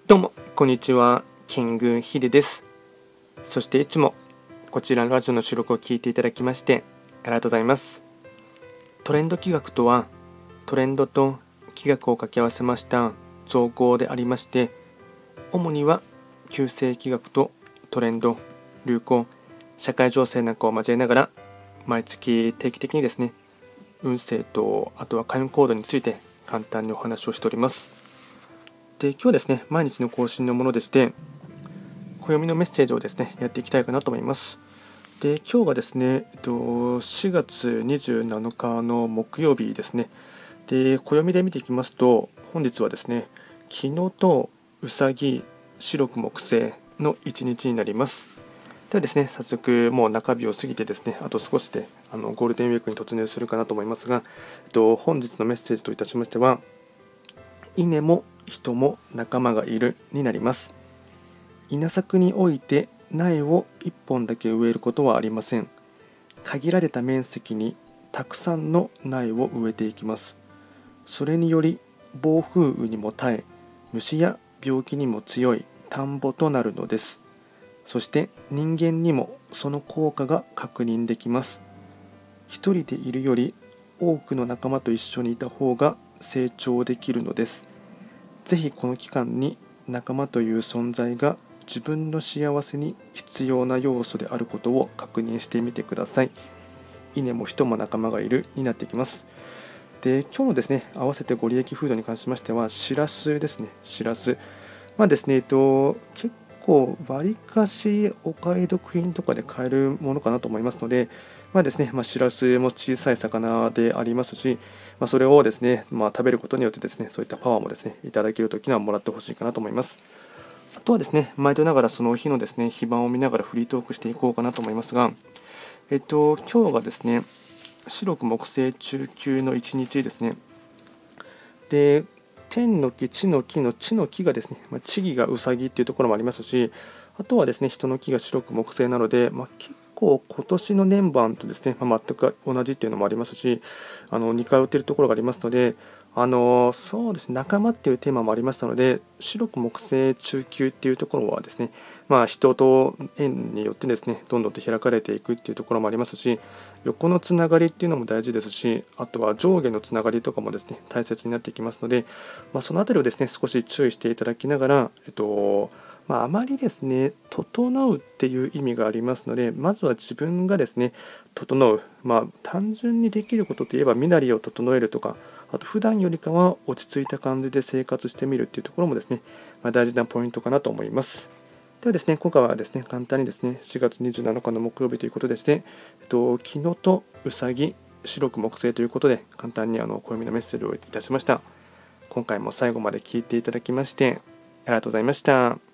どうもこんにちは、キングヒデです。そしていつもこちらのラジオの収録を聞いていただきましてありがとうございます。トレンド企画とは、トレンドと企画を掛け合わせました造語でありまして、主には旧世企画とトレンド、流行、社会情勢なんかを交えながら毎月定期的にですね、運勢とあとは開運行動について簡単にお話をしております。で、今日はですね、毎日の更新のものでして、暦のメッセージをですね、やっていきたいかなと思います。で、今日がですね、4月27日の木曜日ですね。で、暦で見ていきますと、本日はですね、木のとうさぎ、白く木星の一日になります。ではですね、早速もう中日を過ぎてですね、あと少しでゴールデンウィークに突入するかなと思いますが、本日のメッセージといたしましては、稲も人も仲間がいるになります。稲作において苗を1本だけ植えることはありません。限られた面積にたくさんの苗を植えていきます。それにより暴風雨にも耐え、虫や病気にも強い田んぼとなるのです。そして人間にもその効果が確認できます。一人でいるより多くの仲間と一緒にいた方が成長できるのです。ぜひこの期間に仲間という存在が自分の幸せに必要な要素であることを確認してみてください。稲も人も仲間がいるになってきます。で、今日のですね、合わせてご利益フードに関しましては、しらすですね、しらす。ですね、結構割かしお買い得品とかで買えるものかなと思いますので、ですね、しらすも小さい魚でありますし、それをですね、食べることによってですね、そういったパワーもですね、いただけるときにはもらってほしいかなと思います。あとはですね、毎度ながらその日のですね、非番を見ながらフリートークしていこうかなと思いますが、今日がですね、白く木星中級の一日ですね。で、天の木、地の木の地の木がですね、地木がうさぎっていうところもありますし、あとはですね、人の木が白く木星なので、結構今年の年番とですね、全く同じっていうのもありますし、似通っているところがありますので、そうですね、仲間っていうテーマもありましたので、白く木星中級っていうところはですね、人と縁によってですね、どんどんと開かれていくっていうところもありますし、横のつながりっていうのも大事ですし、あとは上下のつながりとかもですね、大切になってきますので、そのあたりをですね、少し注意していただきながら、あまりですね、整うっていう意味がありますので、まずは自分がですね、整う。単純にできることといえば、身なりを整えるとか、あと普段よりかは落ち着いた感じで生活してみるっていうところもですね、大事なポイントかなと思います。ではですね、今回はですね、簡単にですね、4月27日の木曜日ということでして、木のとうさぎ、白く木星ということで、簡単に暦のメッセージをいたしました。今回も最後まで聞いていただきまして、ありがとうございました。